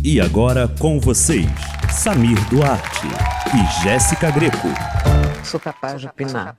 E agora com vocês, Samir Duarte e Jéssica Greco. Sou capaz de opinar.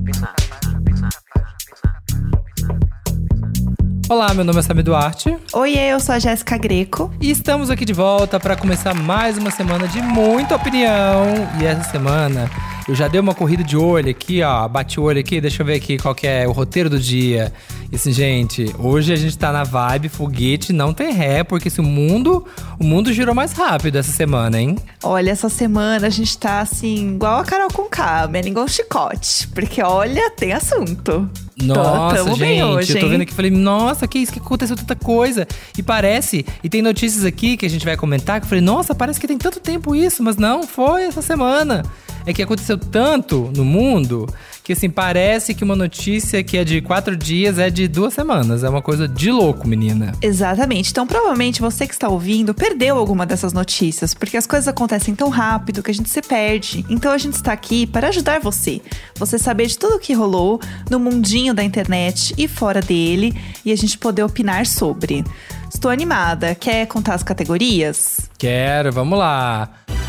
Olá, meu nome é Samir Duarte. Oi, eu sou a Jéssica Greco. E estamos aqui de volta para começar mais uma semana de muita opinião. E essa semana eu já dei uma corrida de olho aqui, ó. Bati o olho aqui, deixa eu ver aqui qual que é o roteiro do dia. E assim, gente, hoje a gente tá na vibe foguete, não tem ré, porque o mundo girou mais rápido essa semana, hein? Olha, essa semana a gente tá assim, igual a Carol Conká, minha língua é um chicote. Porque olha, tem assunto. Nossa, Tamo gente, bem hoje, eu tô hein? vendo aqui e falei, nossa, que isso, que aconteceu tanta coisa. E parece, e tem notícias aqui que a gente vai comentar, que eu falei, nossa, parece que tem tanto tempo isso, mas não, foi essa semana. É que aconteceu tanto no mundo que, assim, parece que uma notícia que é de 4 dias é de 2 semanas. É uma coisa de louco, menina. Exatamente. Então, provavelmente, você que está ouvindo perdeu alguma dessas notícias, porque as coisas acontecem tão rápido que a gente se perde. Então, a gente está aqui para ajudar você. Você saber de tudo o que rolou no mundinho da internet e fora dele, e a gente poder opinar sobre. Estou animada. Quer contar as categorias? Quero, vamos lá.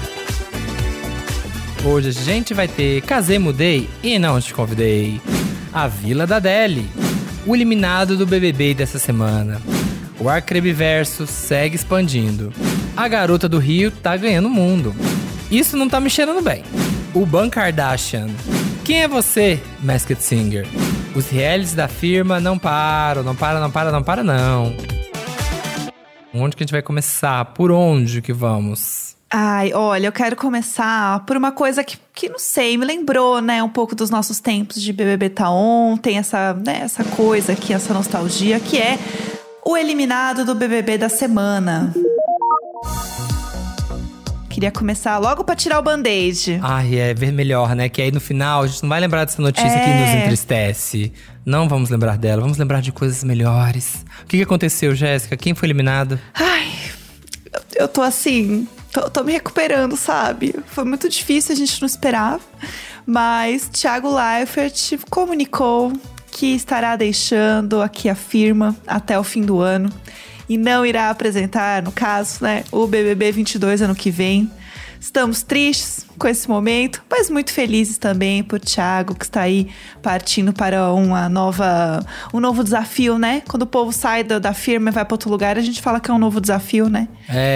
Hoje a gente vai ter Casei, Mudei e Não Te Convidei, A Vila da Adele, o eliminado do BBB dessa semana, o Arcrebiverso segue expandindo, a garota do Rio tá ganhando o mundo, isso não tá me cheirando bem, o Ban Kardashian, quem é você, Masked Singer, os realities da firma não param. Onde que a gente vai começar? Por onde que vamos? Ai, olha, eu quero começar por uma coisa que não sei, me lembrou, né, um pouco dos nossos tempos de BBB Tá On, tem essa coisa aqui, essa nostalgia, que é o eliminado do BBB da semana. Queria começar logo pra tirar o band-aid. Ai, é ver melhor, né? Que aí no final a gente não vai lembrar dessa notícia que nos entristece. Não vamos lembrar dela, vamos lembrar de coisas melhores. O que aconteceu, Jéssica? Quem foi eliminado? Ai, eu tô assim... Tô me recuperando, sabe? Foi muito difícil, a gente não esperava. Mas Thiago Leifert comunicou que estará deixando aqui a firma até o fim do ano. E não irá apresentar, no caso, né, o BBB 22 ano que vem. Estamos tristes com esse momento, mas muito felizes também por Thiago, que está aí partindo para um novo desafio, né? Quando o povo sai da firma e vai para outro lugar, a gente fala que é um novo desafio, né?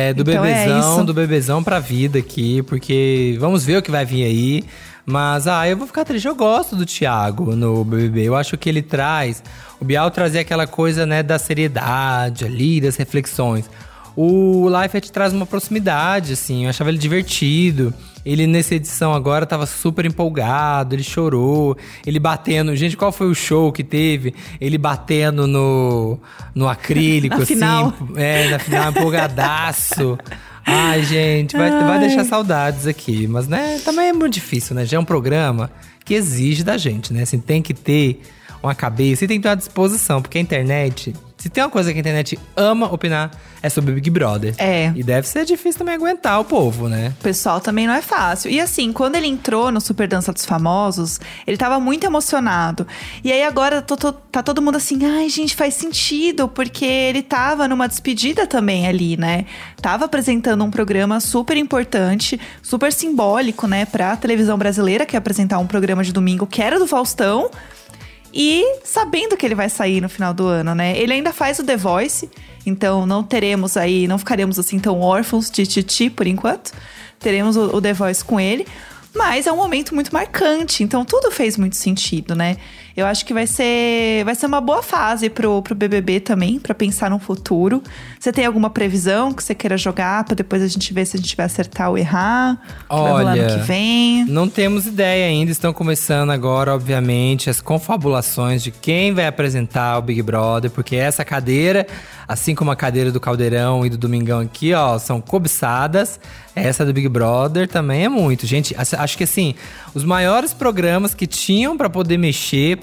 Do bebezão pra vida aqui, porque vamos ver o que vai vir aí. Mas, eu vou ficar triste. Eu gosto do Thiago no BBB. Eu acho que ele traz... O Bial trazia aquela coisa, né, da seriedade ali, das reflexões. O Leifert traz uma proximidade, assim, eu achava ele divertido. Ele, nessa edição agora, tava super empolgado, ele chorou, ele batendo... Gente, qual foi o show que teve? Ele batendo no acrílico, na assim. Final. Na final, empolgadaço. Ai, gente, vai deixar saudades aqui. Mas, né, também é muito difícil, né? Já é um programa que exige da gente, né? Assim, tem que ter uma cabeça e tem que ter uma disposição, porque a internet... Se tem uma coisa que a internet ama opinar, é sobre Big Brother. É. E deve ser difícil também aguentar o povo, né? O pessoal também não é fácil. E assim, quando ele entrou no Super Dança dos Famosos, ele tava muito emocionado. E aí agora tá todo mundo assim, ai gente, faz sentido, porque ele tava numa despedida também ali, né? Tava apresentando um programa super importante, super simbólico, né, pra televisão brasileira, que é apresentar um programa de domingo que era do Faustão. E sabendo que ele vai sair no final do ano, né? Ele ainda faz o The Voice, então não ficaremos assim tão órfãos de Titi por enquanto. Teremos o The Voice com ele. Mas é um momento muito marcante, então tudo fez muito sentido, né? Eu acho que vai ser uma boa fase pro BBB também, pra pensar no futuro. Você tem alguma previsão que você queira jogar, pra depois a gente ver se a gente vai acertar ou errar? Olha, vai rolar no que vem? Não temos ideia ainda, estão começando agora, obviamente, as confabulações de quem vai apresentar o Big Brother, porque essa cadeira, assim como a cadeira do Caldeirão e do Domingão aqui, ó, são cobiçadas. Essa do Big Brother também é muito. Gente, acho que assim, os maiores programas que tinham pra poder mexer, pra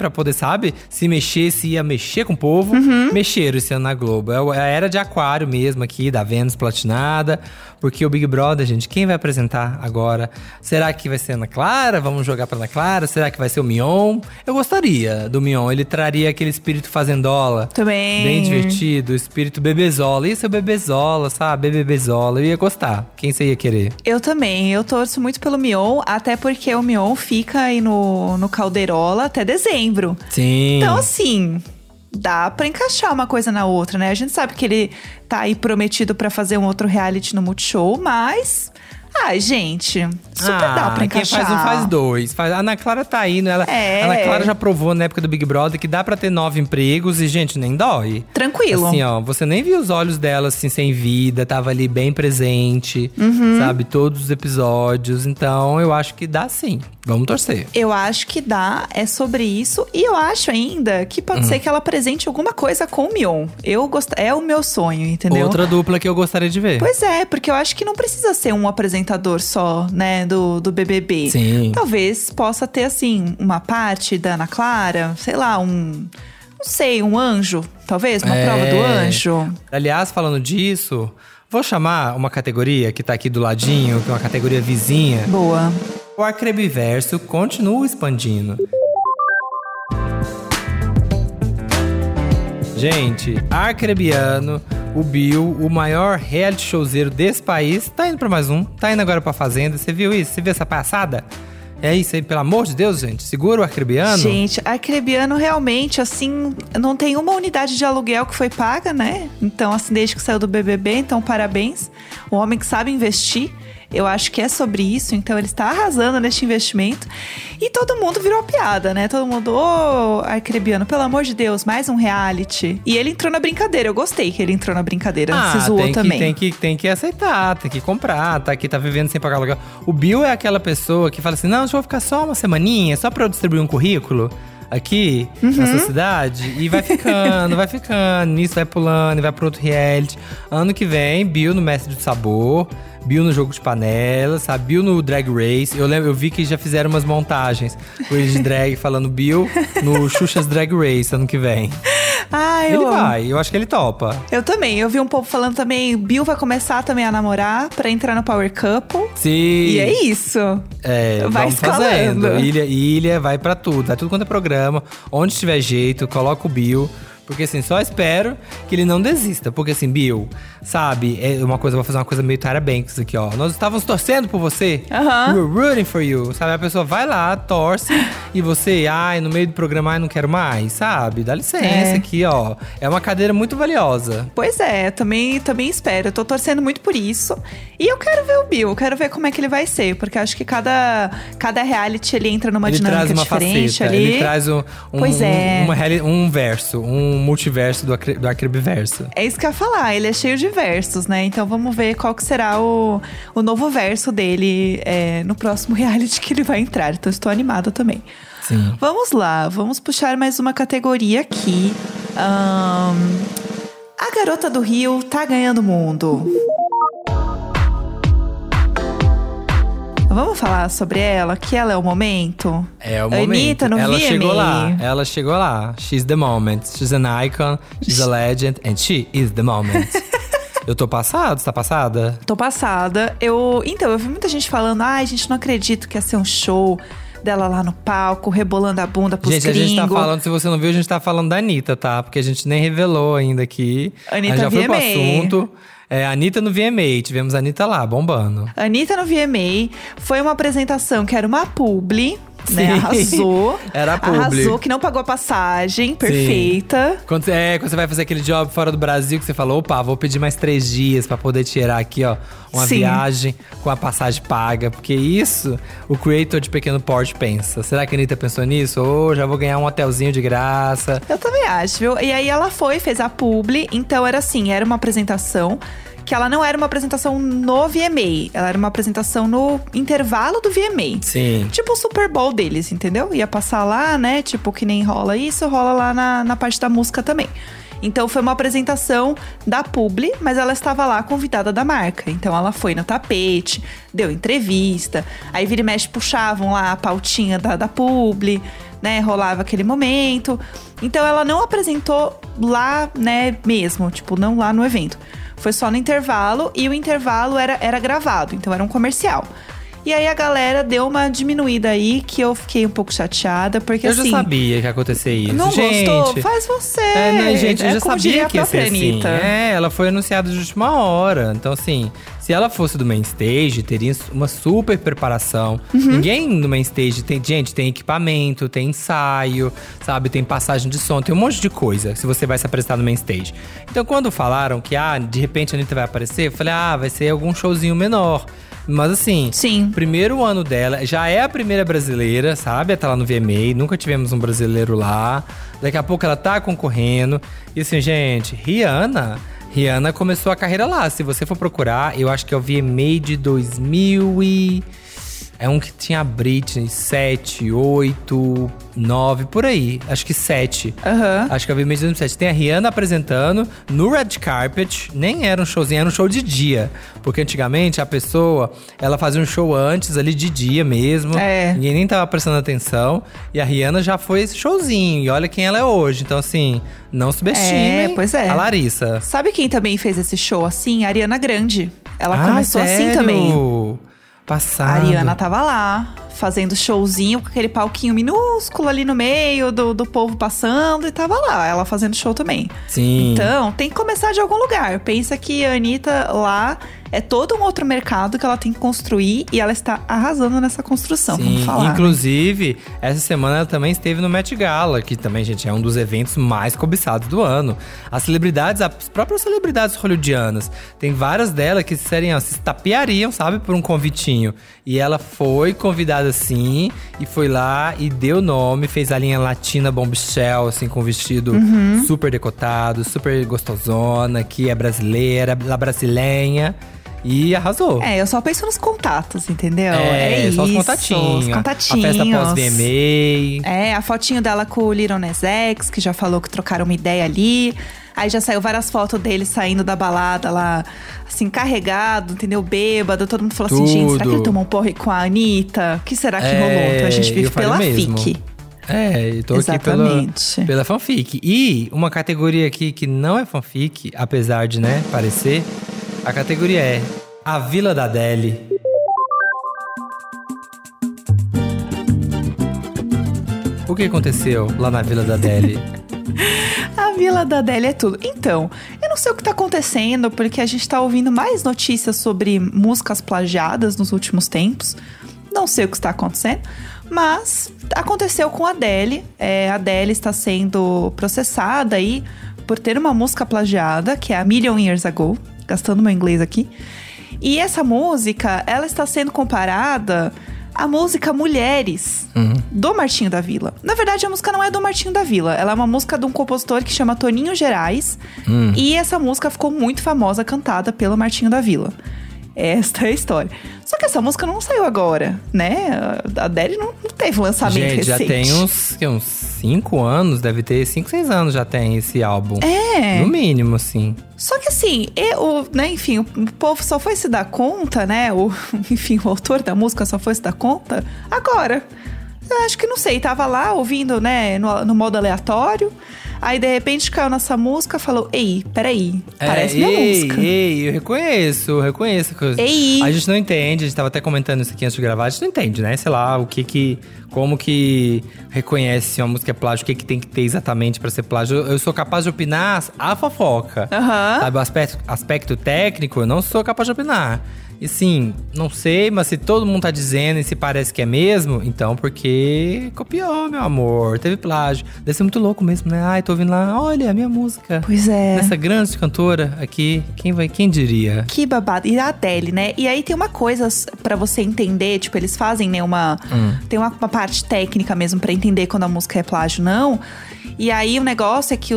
pra poder, sabe, se mexer, se ia mexer com o povo. Mexeram esse ano na Globo. É a era de aquário mesmo aqui, da Vênus platinada. Porque o Big Brother, gente, quem vai apresentar agora? Será que vai ser a Ana Clara? Vamos jogar pra Ana Clara? Será que vai ser o Mion? Eu gostaria do Mion. Ele traria aquele espírito fazendola. Também. Bem divertido, espírito bebezola. Ia ser o bebezola, sabe? Bebezola. Eu ia gostar. Quem você ia querer? Eu também. Eu torço muito pelo Mion, até porque o Mion fica aí no Calderola até dezembro. Sim. Então, assim, dá pra encaixar uma coisa na outra, né? A gente sabe que ele tá aí prometido pra fazer um outro reality no Multishow, mas… Ai, gente, super dá pra encaixar. Quem faz um faz dois. A Ana Clara tá indo. A Ana Clara já provou na época do Big Brother que dá pra ter 9 empregos e, gente, nem dói. Tranquilo. Assim, ó, você nem viu os olhos dela, assim, sem vida. Tava ali bem presente, sabe? Todos os episódios. Então, eu acho que dá sim. Vamos torcer. Eu acho que dá, é sobre isso. E eu acho ainda que pode ser que ela apresente alguma coisa com o Mion. É o meu sonho, entendeu? Outra dupla que eu gostaria de ver. Pois é, porque eu acho que não precisa ser um apresentador só, né, do BBB. Sim. Talvez possa ter, assim, uma parte da Ana Clara, sei lá, não sei, um anjo. Talvez, uma prova do anjo. Aliás, falando disso, vou chamar uma categoria que tá aqui do ladinho, que é uma categoria vizinha. Boa. O Arcrebiverso continua expandindo. Gente, Arcrebiano, o Bill, o maior reality showzeiro desse país, tá indo pra mais um. Tá indo agora pra Fazenda. Você viu isso? Você viu essa passada? É isso aí, pelo amor de Deus, gente. Segura o Arcrebiano. Gente, Arcrebiano realmente, assim, não tem uma unidade de aluguel que foi paga, né? Então, assim, desde que saiu do BBB, então parabéns. O homem que sabe investir. Eu acho que é sobre isso, então ele está arrasando neste investimento. E todo mundo virou piada, né? Todo mundo, Arcrebiano, pelo amor de Deus, mais um reality. E ele entrou na brincadeira, eu gostei que ele entrou na brincadeira, se zoou também. Tem que aceitar, tem que comprar, tá aqui, tá vivendo sem pagar aluguel. O Bill é aquela pessoa que fala assim, não, eu vou ficar só uma semaninha, só pra eu distribuir um currículo aqui na sua cidade. E vai ficando, nisso vai pulando e vai pro outro reality. Ano que vem, Bill no Mestre do Sabor, Bill no Jogo de Panela, sabe? Bill no Drag Race. Eu vi que já fizeram umas montagens com eles de drag falando Bill no Xuxa's Drag Race ano que vem. Eu acho que ele topa. Eu também, eu vi um povo falando também, Bill vai começar também a namorar pra entrar no Power Couple. Sim. E é isso. Vai escalando. Fazendo. Ilha vai pra tudo, vai tudo quanto é programa. Onde tiver jeito, coloca o Bill. Porque assim, só espero que ele não desista. Porque assim, Bill, sabe, vou fazer uma coisa meio Tyra Banks aqui, ó. Nós estávamos torcendo por você. We were rooting for you. Sabe, a pessoa vai lá, torce. E você, no meio do programa, não quero mais, sabe? Dá licença aqui, ó. É uma cadeira muito valiosa. Pois é, também espero. Eu tô torcendo muito por isso. E eu quero ver o Bill, quero ver como é que ele vai ser. Porque acho que cada reality, ele entra numa dinâmica diferente faceta, ali. Ele traz um verso, um multiverso do Arcrebiverso. É isso que eu ia falar, ele é cheio de versos, né? Então vamos ver qual que será o novo verso dele no próximo reality que ele vai entrar. Então estou animada também. Sim. Vamos lá, vamos puxar mais uma categoria aqui. A Garota do Rio tá ganhando o mundo. Vamos falar sobre ela, que ela é o momento? É o momento. Anitta no ela VMA. Ela chegou lá. She's the moment. She's an icon. She's a legend. And she is the moment. Eu tô passado, você tá passada? Tô passada. Eu vi muita gente falando, gente, não acredito que ia ser um show dela lá no palco, rebolando a bunda pros gringos. Gente, a gente tá falando, se você não viu, a gente tá falando da Anitta, tá? Porque a gente nem revelou ainda aqui. Anitta a gente já VMA. foi pro assunto. Anitta no VMA, tivemos a Anitta lá, bombando. Anitta no VMA, foi uma apresentação que era uma publi, né? Arrasou. Era a publi. Arrasou, que não pagou a passagem, perfeita. Quando você vai fazer aquele job fora do Brasil, que você falou, vou pedir mais 3 dias pra poder tirar aqui, ó, uma viagem com a passagem paga. Porque isso, o creator de pequeno porte pensa. Será que a Anitta pensou nisso? Já vou ganhar um hotelzinho de graça. Eu também acho, viu? E aí ela fez a publi, então era assim, era uma apresentação que ela não era uma apresentação no VMA. Ela era uma apresentação no intervalo do VMA. Sim. Tipo o Super Bowl deles, entendeu? Ia passar lá, né? Tipo, que nem rola isso, rola lá na parte da música também. Então foi uma apresentação da publi, mas ela estava lá convidada da marca. Então ela foi no tapete, deu entrevista. Aí vira e mexe, puxavam lá a pautinha da publi, né, rolava aquele momento. Então ela não apresentou lá, né, mesmo, tipo, não lá no evento. Foi só no intervalo, e o intervalo era gravado, então era um comercial. E aí a galera deu uma diminuída aí, que eu fiquei um pouco chateada, porque eu assim… Eu já sabia que ia acontecer isso. Não gente, gostou? Faz você! Né, gente, eu já sabia que ia ser assim. Anitta. Ela foi anunciada de última hora. Então, assim, se ela fosse do main stage, teria uma super preparação. Ninguém no main stage tem… Gente, tem equipamento, tem ensaio, sabe? Tem passagem de som, tem um monte de coisa se você vai se apresentar no main stage. Então, quando falaram que, de repente a Anitta vai aparecer, eu falei, vai ser algum showzinho menor. Mas assim, sim, primeiro ano dela, já é a primeira brasileira, sabe? Ela tá lá no VMA, nunca tivemos um brasileiro lá. Daqui a pouco ela tá concorrendo. E assim, gente, Rihanna começou a carreira lá. Se você for procurar, eu acho que é o VMA de 2000 e… É um que tinha a Britney, 7, 8, 9, por aí. Acho que 7. Acho que é o VMA de 2007. Tem a Rihanna apresentando no Red Carpet. Nem era um showzinho, era um show de dia. Porque antigamente a pessoa, ela fazia um show antes ali de dia mesmo. Ninguém nem tava prestando atenção. E a Rihanna já foi esse showzinho. E olha quem ela é hoje. Então assim, não subestimem a Larissa. Sabe quem também fez esse show assim? A Ariana Grande. Ela começou sério? assim também. Passado. A Ariana tava lá, fazendo showzinho com aquele palquinho minúsculo ali no meio do povo passando. E tava lá, ela fazendo show também. Sim. Então, tem que começar de algum lugar. Pensa que a Anitta lá é todo um outro mercado que ela tem que construir. E ela está arrasando nessa construção, vamos falar. Inclusive, essa semana ela também esteve no Met Gala, que também, gente, é um dos eventos mais cobiçados do ano. As celebridades, as próprias celebridades hollywoodianas, tem várias delas que se estapeariam, sabe, por um convitinho. E ela foi convidada sim, e foi lá e deu nome, fez a linha Latina Bombshell, assim, com vestido super decotado, super gostosona, que é brasileira, la brasileira. E arrasou. Eu só penso nos contatos, entendeu? Só os contatinhos. A festa pós-VMA. A fotinho dela com o Lil Nas X, que já falou que trocaram uma ideia ali. Aí já saiu várias fotos dele saindo da balada lá, assim, carregado, entendeu? Bêbado. Todo mundo falou assim, gente, será que ele tomou um porre com a Anitta? O que será que rolou? Então a gente vive pela FIC. Eu tô aqui pela fanfic. E uma categoria aqui que não é fanfic, apesar de, parecer… A categoria é A Vila da Adele. O que aconteceu lá na Vila da Adele? A Vila da Adele é tudo. Então, eu não sei o que tá acontecendo, porque a gente tá ouvindo mais notícias sobre músicas plagiadas nos últimos tempos. Não sei o que está acontecendo, mas aconteceu com a Adele. A Adele está sendo processada aí por ter uma música plagiada, que é a Million Years Ago. Gastando meu inglês aqui. E essa música, ela está sendo comparada à música Mulheres, do Martinho da Vila. Na verdade, a música não é do Martinho da Vila. Ela é uma música de um compositor que chama Toninho Gerais. E essa música ficou muito famosa, cantada pelo Martinho da Vila. Esta é a história. Só que essa música não saiu agora, né? A Adele não teve lançamento recente. Já tem uns 5 anos, deve ter 5, 6 anos já tem esse álbum. No mínimo, assim. Só que assim, enfim, o povo só foi se dar conta, né? O autor da música só foi se dar conta agora. Eu acho que, não sei, tava lá ouvindo, né, no modo aleatório. Aí, de repente, caiu nessa música, falou, ei, peraí, parece minha música. Eu reconheço. Ei. A gente não entende, a gente tava até comentando isso aqui antes de gravar, a gente não entende, né? Sei lá, como que reconhece se uma música é plágio, o que tem que ter exatamente pra ser plágio. Eu sou capaz de opinar a fofoca. Sabe, o aspecto técnico, eu não sou capaz de opinar. E sim, não sei, mas se todo mundo tá dizendo e se parece que é mesmo, então porque copiou, meu amor, teve plágio. Deve ser muito louco mesmo, né? Ai, tô ouvindo lá, olha a minha música. Pois é. Nessa grande cantora aqui, quem diria? Que babado. E a Adele, né? E aí tem uma coisa pra você entender, tipo, eles fazem, né, tem uma parte técnica mesmo pra entender quando a música é plágio, não. E aí o negócio é que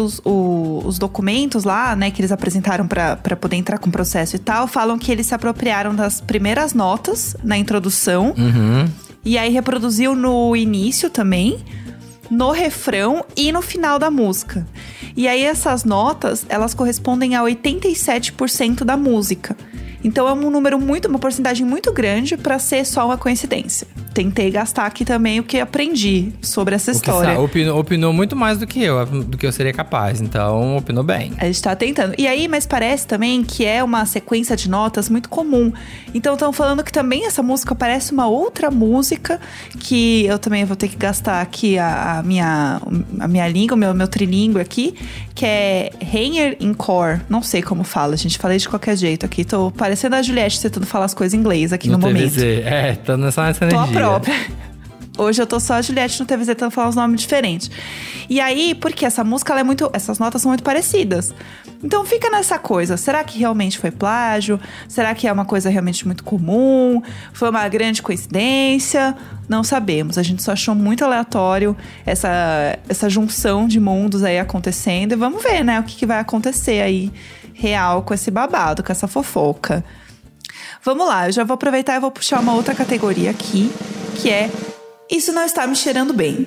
os documentos lá, né, que eles apresentaram pra poder entrar com o processo e tal, falam que eles se apropriaram das primeiras notas na introdução. E aí reproduziu no início também, no refrão e no final da música. E aí essas notas, elas correspondem a 87% da música. Então é uma porcentagem muito grande pra ser só uma coincidência. tentei gastar aqui também o que aprendi sobre essa história. Opinou muito mais do que eu seria capaz. Então, opinou bem. A gente tá tentando. E aí, mas parece também que é uma sequência de notas muito comum. Então, estão falando que também essa música parece uma outra música, que eu também vou ter que gastar aqui a minha língua, o meu trilingue aqui, que é Rainer in Core. Não sei como fala, gente. Falei de qualquer jeito aqui. Tô parecendo a Juliette tentando falar as coisas em inglês aqui no momento. Tô nessa energia. Tô a própria. Hoje eu tô só a Juliette no TVZ tentando falar uns nomes diferentes. E aí, porque essa música, essas notas são muito parecidas. Então fica nessa coisa, será que realmente foi plágio? Será que é uma coisa realmente muito comum? Foi uma grande coincidência? Não sabemos, a gente só achou muito aleatório essa junção de mundos aí acontecendo. E vamos ver, né, o que vai acontecer aí real com esse babado, com essa fofoca. Vamos lá, eu já vou aproveitar e vou puxar uma outra categoria aqui, que é Isso Não Está Me Cheirando Bem.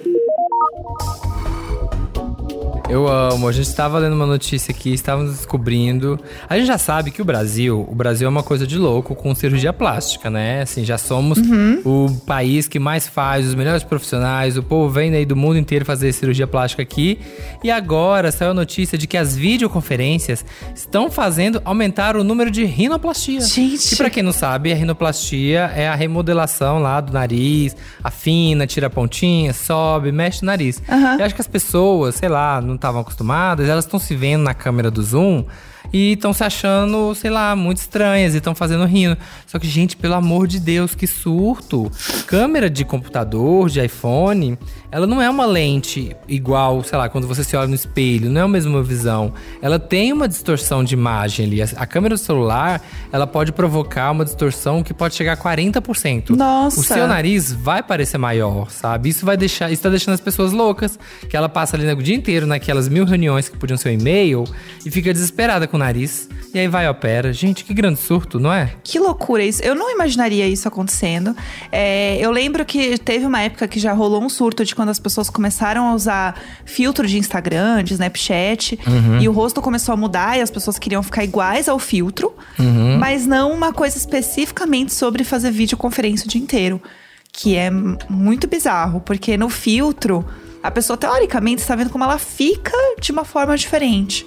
Eu amo, a gente estava lendo uma notícia aqui, estávamos descobrindo. A gente já sabe que o Brasil é uma coisa de louco com cirurgia plástica, né? Assim, já somos o país que mais faz, os melhores profissionais, o povo vem aí do mundo inteiro fazer cirurgia plástica aqui. E agora saiu a notícia de que as videoconferências estão fazendo aumentar o número de rinoplastia. Gente! E pra quem não sabe, a rinoplastia é a remodelação lá do nariz, afina, tira a pontinha, sobe, mexe o nariz. Eu acho que as pessoas, sei lá, não estavam acostumadas, elas estão se vendo na câmera do Zoom e estão se achando, sei lá, muito estranhas e estão fazendo rindo. Só que, gente, pelo amor de Deus, que surto! Câmera de computador, de iPhone, ela não é uma lente igual, sei lá, quando você se olha no espelho, não é a mesma visão. Ela tem uma distorção de imagem ali. A câmera do celular, ela pode provocar uma distorção que pode chegar a 40%. Nossa! O seu nariz vai parecer maior, sabe? Isso tá deixando as pessoas loucas, que ela passa ali o dia inteiro naquelas 1000 reuniões que podiam ser um e-mail e fica desesperada com o nariz. E aí vai e opera. Gente, que grande surto, não é? Que loucura isso. Eu não imaginaria isso acontecendo. Eu lembro que teve uma época que já rolou um surto de quando as pessoas começaram a usar filtro de Instagram, de Snapchat. E o rosto começou a mudar e as pessoas queriam ficar iguais ao filtro. Mas não uma coisa especificamente sobre fazer videoconferência o dia inteiro. Que é muito bizarro, porque no filtro, a pessoa teoricamente está vendo como ela fica de uma forma diferente.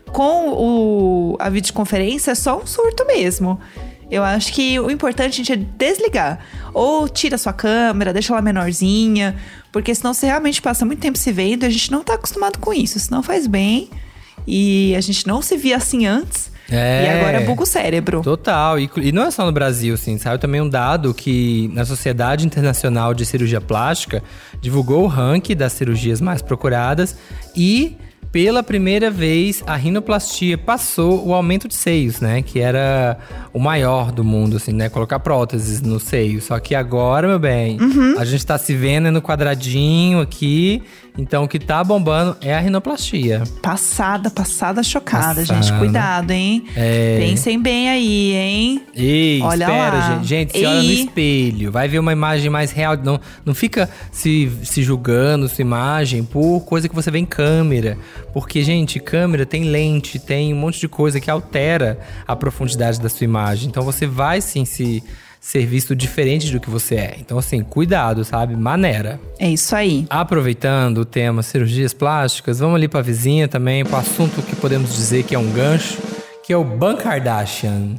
Com a videoconferência é só um surto mesmo. Eu acho que o importante, gente, é desligar. Ou tira a sua câmera, deixa ela menorzinha. Porque senão você realmente passa muito tempo se vendo e a gente não tá acostumado com isso. Isso não faz bem. E a gente não se via assim antes. E agora buga o cérebro. Total. E não é só no Brasil, assim. Saiu também um dado que na Sociedade Internacional de Cirurgia Plástica divulgou o ranking das cirurgias mais procuradas e pela primeira vez, a rinoplastia passou o aumento de seios, né? Que era o maior do mundo, assim, né? Colocar próteses no seio. Só que agora, meu bem, a gente tá se vendo no quadradinho aqui. Então, o que tá bombando é a rinoplastia. Passada chocada, gente. Cuidado, hein? Pensem bem aí, hein? Ei, olha espera, lá. gente. Gente, se olha no espelho. Vai ver uma imagem mais real. Não fica se julgando sua imagem por coisa que você vê em câmera. Porque, gente, câmera tem lente, tem um monte de coisa que altera a profundidade da sua imagem. Então, você vai, sim, ser visto diferente do que você é. Então, assim, cuidado, sabe? Maneira. É isso aí. Aproveitando o tema cirurgias plásticas, vamos ali pra vizinha também, pro assunto que podemos dizer que é um gancho, que é o Ban Kardashian.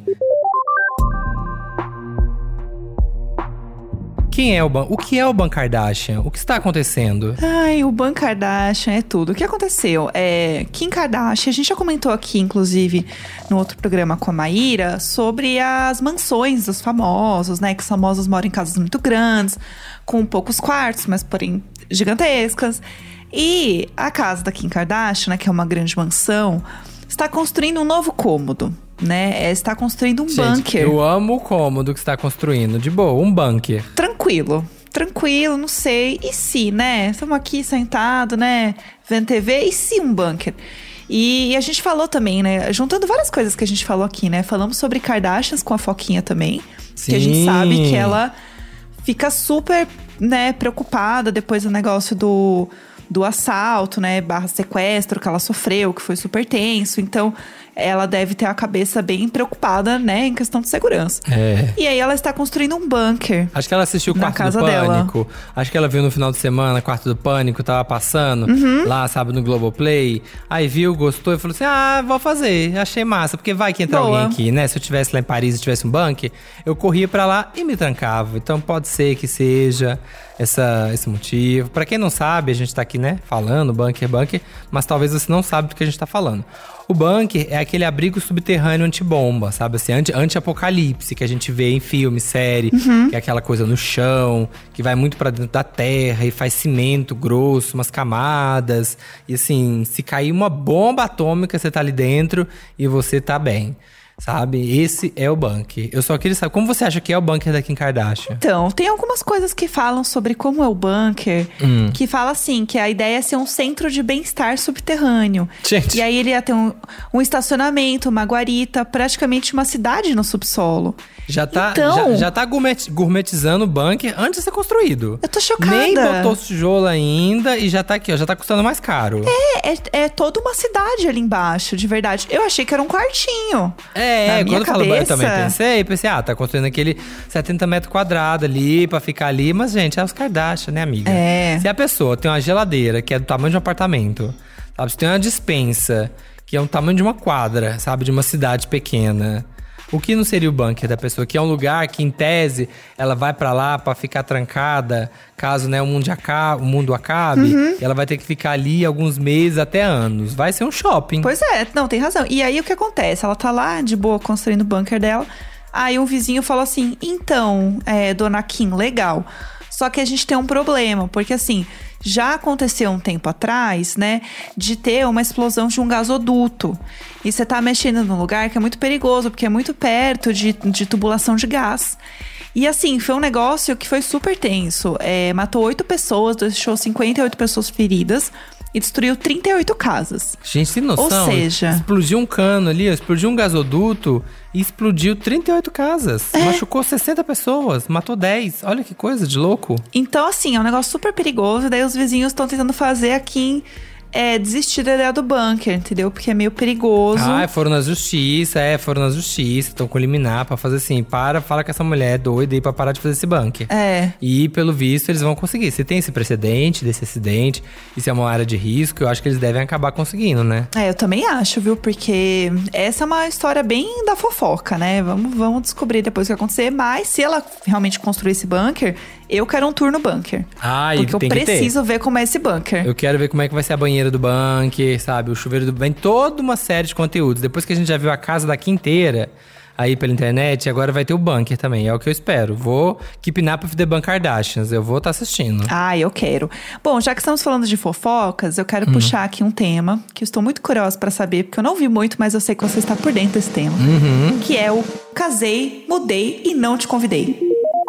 Quem é o Ban? O que é o Ban Kardashian? O que está acontecendo? Ai, o Ban Kardashian é tudo. O que aconteceu? Kim Kardashian, a gente já comentou aqui, inclusive, no outro programa com a Maíra, sobre as mansões dos famosos, né? Que os famosos moram em casas muito grandes, com poucos quartos, mas porém gigantescas. E a casa da Kim Kardashian, né, que é uma grande mansão, está construindo um novo cômodo. Né? Está construindo um bunker. Eu amo o cômodo que está construindo. De boa, um bunker. Tranquilo, não sei. E se, né? Estamos aqui sentados, né? Vendo TV. E se um bunker? E a gente falou também, né? Juntando várias coisas que a gente falou aqui, né? Falamos sobre Kardashians com a Foquinha também. Sim. Que a gente sabe que ela fica super, né, preocupada depois do negócio do assalto, né, / sequestro que ela sofreu, que foi super tenso. Então, ela deve ter a cabeça bem preocupada, né, em questão de segurança. E aí ela está construindo um bunker. Acho que ela assistiu o na Quarto casa do dela. Pânico. Acho que ela viu no final de semana, Quarto do Pânico, tava passando lá, sabe, no Globoplay. Aí viu, gostou e falou assim, vou fazer, achei massa. Porque vai que entra alguém aqui, né? Se eu estivesse lá em Paris e tivesse um bunker, eu corria pra lá e me trancava. Então pode ser que seja esse motivo. Pra quem não sabe, a gente tá aqui, né, falando bunker, mas talvez você não sabe do que a gente tá falando. O bunker é aquele abrigo subterrâneo antibomba, sabe assim, anti-apocalipse, que a gente vê em filme, série, que é aquela coisa no chão, que vai muito pra dentro da terra e faz cimento grosso, umas camadas. E assim, se cair uma bomba atômica, você tá ali dentro e você tá bem. Sabe? Esse é o bunker. Eu só queria saber, como você acha que é o bunker da Kim Kardashian? Então, tem algumas coisas que falam sobre como é o bunker, que fala assim, que a ideia é ser um centro de bem-estar subterrâneo. Gente. E aí ele ia ter um estacionamento, uma guarita, praticamente uma cidade no subsolo. Já tá, então, já tá gourmetizando o bunker antes de ser construído. Eu tô chocada. Nem botou tijolo ainda e já tá aqui, ó, já tá custando mais caro. É toda uma cidade ali embaixo, de verdade. Eu achei que era um quartinho. Quando falou, eu também pensei, tá construindo aquele 70 metros quadrados ali pra ficar ali. Mas, gente, é os Kardashian, né, amiga? Se a pessoa tem uma geladeira que é do tamanho de um apartamento, sabe? Se tem uma despensa que é o tamanho de uma quadra, sabe? De uma cidade pequena. O que não seria o bunker da pessoa? Que é um lugar que, em tese, ela vai pra lá pra ficar trancada, caso, né, o mundo acabe. E ela vai ter que ficar ali alguns meses até anos. Vai ser um shopping. Pois é, não, tem razão. E aí, o que acontece? Ela tá lá, de boa, construindo o bunker dela. Aí, um vizinho falou assim, então, dona Kim, legal. Só que a gente tem um problema, porque assim, já aconteceu um tempo atrás, né, de ter uma explosão de um gasoduto. E você tá mexendo num lugar que é muito perigoso, porque é muito perto de tubulação de gás. E assim, foi um negócio que foi super tenso. Matou 8 pessoas, deixou 58 pessoas feridas e destruiu 38 casas. Gente, tem noção? Ou seja, explodiu um cano ali, explodiu um gasoduto e explodiu 38 casas. Machucou 60 pessoas, matou 10. Olha que coisa de louco. Então, assim, é um negócio super perigoso. E daí os vizinhos estão tentando fazer aqui desistir da ideia do bunker, entendeu? Porque é meio perigoso. Foram na justiça, estão com liminar pra fazer assim, fala que essa mulher é doida aí pra parar de fazer esse bunker. E, pelo visto, eles vão conseguir. Se tem esse precedente desse acidente, e se é uma área de risco, eu acho que eles devem acabar conseguindo, né? Eu também acho, viu? Porque essa é uma história bem da fofoca, né? Vamos descobrir depois o que vai acontecer. Mas, se ela realmente construir esse bunker, eu quero um tour no bunker. Porque eu preciso ver como é esse bunker. Eu quero ver como é que vai ser a banheira do bunker, sabe? O chuveiro do bunker. Toda uma série de conteúdos. Depois que a gente já viu a casa daqui inteira aí pela internet, agora vai ter o bunker também. É o que eu espero. Vou keep up with the Bunker Kardashians. Eu vou estar assistindo. Eu quero. Bom, já que estamos falando de fofocas, eu quero puxar aqui um tema que eu estou muito curiosa pra saber, porque eu não vi muito, mas eu sei que você está por dentro desse tema. Que é o casei, mudei e não te convidei.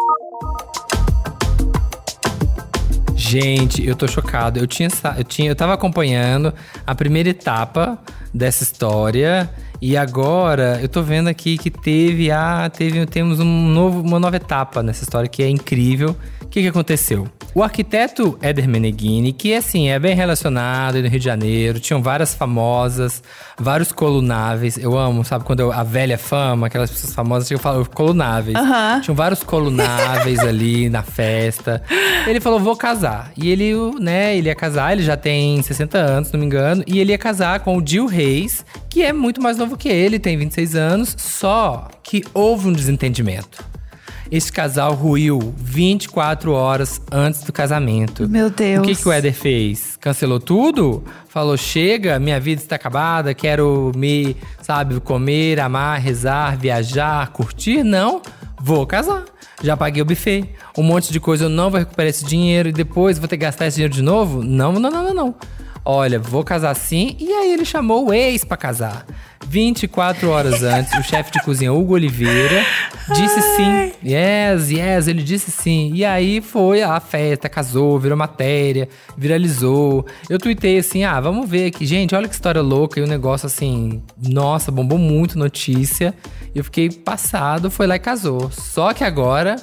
Gente, eu tô chocado. Eu tava acompanhando a primeira etapa dessa história e agora eu tô vendo aqui que temos uma nova etapa nessa história que é incrível. O que aconteceu? O arquiteto Éder Meneghini, que assim, é bem relacionado aí no Rio de Janeiro, tinham várias famosas, vários colunáveis. Eu amo, sabe, quando a velha fama, aquelas pessoas famosas, eu falo colunáveis. Tinham vários colunáveis ali na festa. Ele falou, vou casar. E ele, né, ele ia casar, ele já tem 60 anos, se não me engano, e ele ia casar com o Gil Reis, que é muito mais novo que ele, tem 26 anos, só que houve um desentendimento. Esse casal ruiu 24 horas antes do casamento. Meu Deus. O que o Éder fez? Cancelou tudo? Falou, chega, minha vida está acabada, quero comer, amar, rezar, viajar, curtir? Não, vou casar. Já paguei o buffet, um monte de coisa, eu não vou recuperar esse dinheiro e depois vou ter que gastar esse dinheiro de novo? Não. Olha, vou casar sim. E aí ele chamou o ex pra casar. 24 horas antes, o chefe de cozinha Hugo Oliveira disse sim. Yes, ele disse sim. E aí foi a festa, casou, virou matéria, viralizou. Eu tuitei assim, vamos ver aqui. Gente, olha que história louca. E o negócio assim, nossa, bombou muito notícia. E eu fiquei passado, foi lá e casou. Só que agora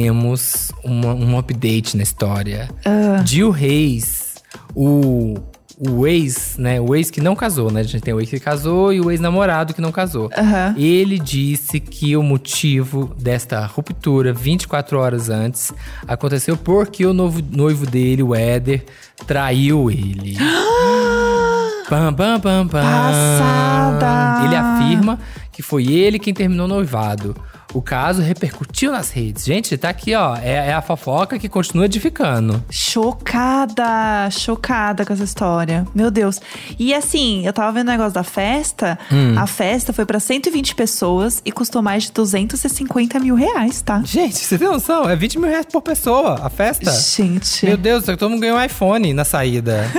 temos um update na história. Gil Reis, o o ex, né? O ex que não casou, né? A gente tem o ex que casou e o ex-namorado que não casou. Ele disse que o motivo desta ruptura, 24 horas antes, aconteceu porque o noivo dele, o Éder, traiu ele. Pam, pam, pam, pam. Passada! Ele afirma que foi ele quem terminou o noivado. O caso repercutiu nas redes. Gente, tá aqui, ó. É a fofoca que continua edificando. Chocada com essa história. Meu Deus. E assim, eu tava vendo o negócio da festa. A festa foi pra 120 pessoas e custou mais de 250 mil reais, tá? Gente, você tem noção? É 20 mil reais por pessoa a festa. Gente. Meu Deus, todo mundo ganhou um iPhone na saída.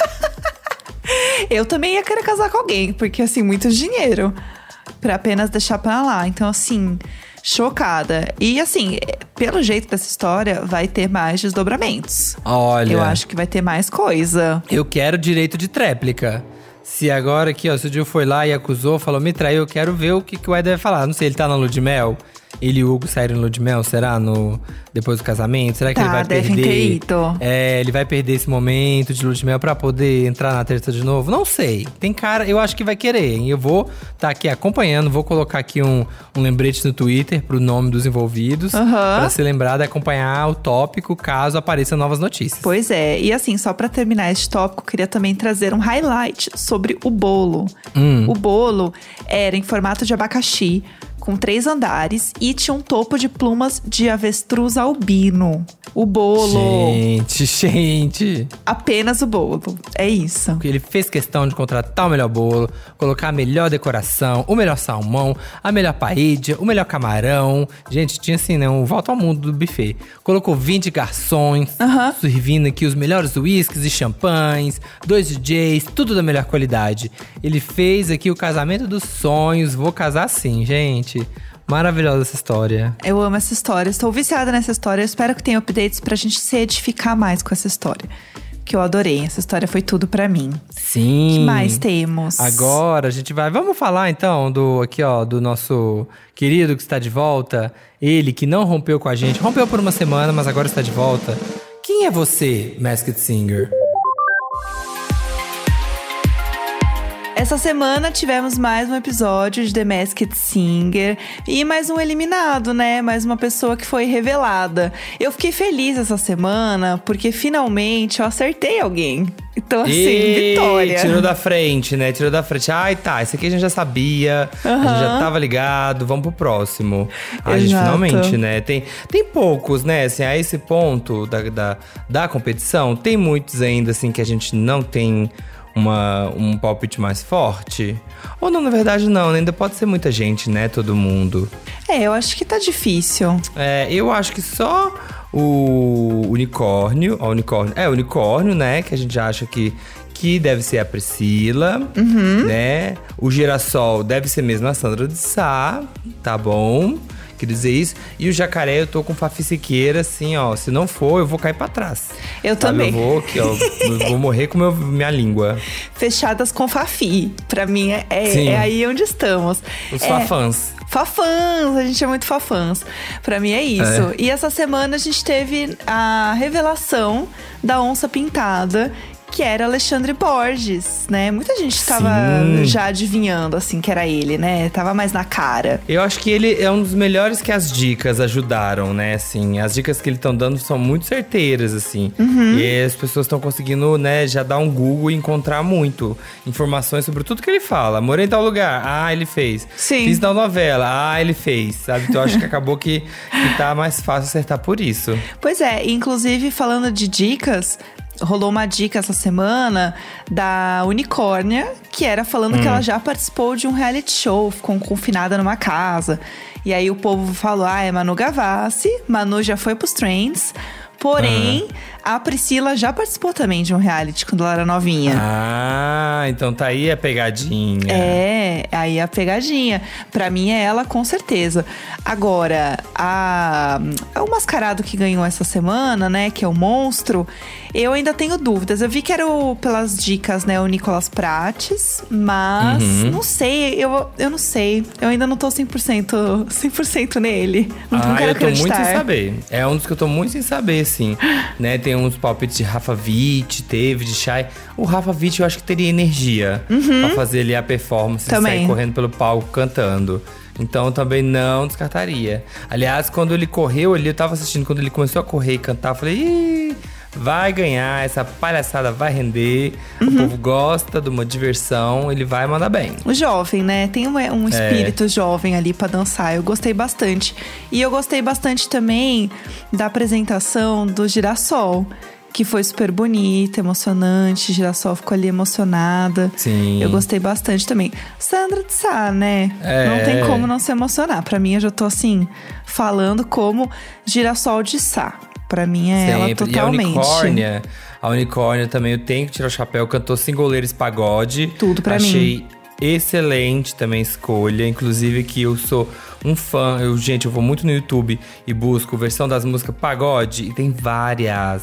Eu também ia querer casar com alguém, porque assim, muito dinheiro pra apenas deixar pra lá. Então assim, chocada. E assim, pelo jeito dessa história, vai ter mais desdobramentos. Olha, eu acho que vai ter mais coisa. Eu quero direito de tréplica. Se agora aqui, ó, se o Gil foi lá e acusou, falou, me traiu, eu quero ver o que o Éder vai falar. Não sei, ele tá na lua de mel? Ele e o Hugo saíram no lua de mel, será? Depois do casamento? Será que ele vai devem perder? Ter ido. Ele vai perder esse momento de lua de mel pra poder entrar na treta de novo? Não sei. Tem cara, eu acho que vai querer, hein? Eu vou tá aqui acompanhando, vou colocar aqui um lembrete no Twitter pro nome dos envolvidos. Pra se lembrar de acompanhar o tópico caso apareçam novas notícias. Pois é. E assim, só pra terminar esse tópico, eu queria também trazer um highlight sobre o bolo. O bolo era em formato de abacaxi, com 3 andares e tinha um topo de plumas de avestruz albino. O bolo. Gente. Apenas o bolo. É isso. Ele fez questão de contratar o melhor bolo, colocar a melhor decoração, o melhor salmão, a melhor paella, o melhor camarão. Gente, tinha assim, né? Um volta ao mundo do buffet. Colocou 20 garçons, servindo aqui os melhores uísques e champanhes, 2 DJs, tudo da melhor qualidade. Ele fez aqui o casamento dos sonhos. Vou casar sim, gente. Maravilhosa essa história. Eu amo essa história, estou viciada nessa história. Eu espero que tenha updates pra gente se edificar mais com essa história, que eu adorei, essa história foi tudo pra mim. Sim. O que mais temos? Agora a gente vamos falar então do nosso querido que está de volta. Ele que não rompeu com a gente, rompeu por uma semana, mas agora está de volta. Quem é você, Masked Singer? Essa semana tivemos mais um episódio de The Masked Singer e mais um eliminado, né? Mais uma pessoa que foi revelada. Eu fiquei feliz essa semana porque finalmente eu acertei alguém. Então assim, vitória. Tirou da frente, né? Tirou da frente. Ai, tá, esse aqui a gente já sabia, a gente já tava ligado, vamos pro próximo. A gente finalmente, né? Tem poucos, né? Assim, a esse ponto da competição, tem muitos ainda, assim, que a gente não tem um palpite mais forte? Ou não, na verdade não, ainda pode ser muita gente, né? Todo mundo. Eu acho que tá difícil. Eu acho que só o unicórnio, o unicórnio, né? Que a gente acha que deve ser a Priscila, né? O girassol deve ser mesmo a Sandra de Sá, tá bom? Quer dizer isso. E o jacaré, eu tô com Fafi Siqueira, assim, ó. Se não for, eu vou cair pra trás. Eu também. Eu vou morrer com minha língua. Fechadas com Fafi. Pra mim, é aí onde estamos. Os fafãs. Fafãs, a gente é muito fafãs. Pra mim é isso. E essa semana a gente teve a revelação da onça pintada, que era Alexandre Borges, né? Muita gente tava já adivinhando, assim, que era ele, né? Tava mais na cara. Eu acho que ele é um dos melhores que as dicas ajudaram, né? Assim, as dicas que ele estão dando são muito certeiras, assim. E as pessoas estão conseguindo, né, já dar um Google e encontrar muito informações sobre tudo que ele fala. Morei em tal lugar, ele fez. Sim. Fiz tal novela, ele fez, sabe? Então, eu acho que acabou que tá mais fácil acertar por isso. Pois é, inclusive, falando de dicas, rolou uma dica essa semana da Unicórnia, que era falando que ela já participou de um reality show, ficou confinada numa casa. E aí o povo falou, é Manu Gavassi, Manu já foi pros trends. Porém, a Priscila já participou também de um reality quando ela era novinha. Então tá aí a pegadinha. Aí a pegadinha. Pra mim é ela, com certeza. Agora, o mascarado que ganhou essa semana, né, que é o Monstro, eu ainda tenho dúvidas. Eu vi que era pelas dicas, né, o Nicolas Prates, mas não sei, eu não sei. Eu ainda não tô 100% nele. Não quero acreditar. Eu tô muito sem saber. É um dos que eu tô muito sem saber, sim. Né, tem tem uns palpites de Rafa Witt, teve de Shai. O Rafa Witt eu acho que teria energia pra fazer ali a performance, sair correndo pelo palco cantando. Então também não descartaria. Aliás, quando ele correu ali, eu tava assistindo, quando ele começou a correr e cantar, eu falei, ih, vai ganhar, essa palhaçada vai render. O povo gosta de uma diversão, ele vai mandar bem. O jovem, né? Tem um espírito jovem ali pra dançar. Eu gostei bastante. E eu gostei bastante também da apresentação do Girassol, que foi super bonita, emocionante. Girassol ficou ali emocionada. Sim. Eu gostei bastante também. Sandra de Sá, né? Não tem como não se emocionar. Pra mim, eu já tô assim, falando como Girassol de Sá. Pra mim é ela totalmente. E a Unicórnia também, eu tenho que tirar o chapéu. Cantou Singoleiros Pagode. Tudo pra mim. Achei excelente também a escolha. Inclusive que eu sou um fã. Eu vou muito no YouTube e busco versão das músicas pagode. E tem várias.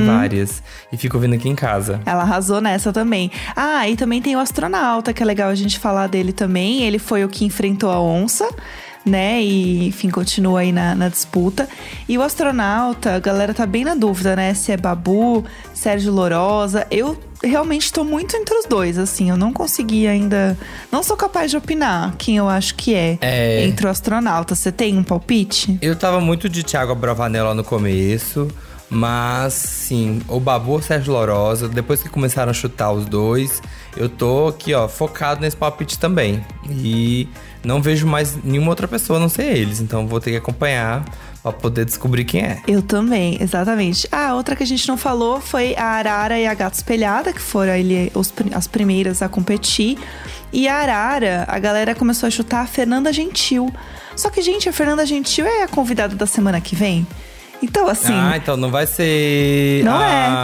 E fico ouvindo aqui em casa. Ela arrasou nessa também. Ah, e também tem o Astronauta, que é legal a gente falar dele também. Ele foi o que enfrentou a Onça, né? E, enfim, continua aí na disputa. E o Astronauta, a galera tá bem na dúvida, né? Se é Babu, Sérgio Lorosa. Eu realmente tô muito entre os dois, assim. Eu não consegui ainda... Não sou capaz de opinar quem eu acho que é entre o Astronauta. Você tem um palpite? Eu tava muito de Thiago Abravanel lá no começo. Mas, sim, o Babu ou Sérgio Lorosa, depois que começaram a chutar os dois, eu tô aqui, ó, focado nesse palpite também. E não vejo mais nenhuma outra pessoa a não ser eles. Então vou ter que acompanhar pra poder descobrir quem é. Eu também, exatamente. Ah, outra que a gente não falou foi a Arara e a Gata Espelhada, que foram ali as primeiras a competir. E a Arara, a galera começou a chutar a Fernanda Gentil. Só que, gente, a Fernanda Gentil é a convidada da semana que vem. Então, assim... Ah, então não vai ser... Não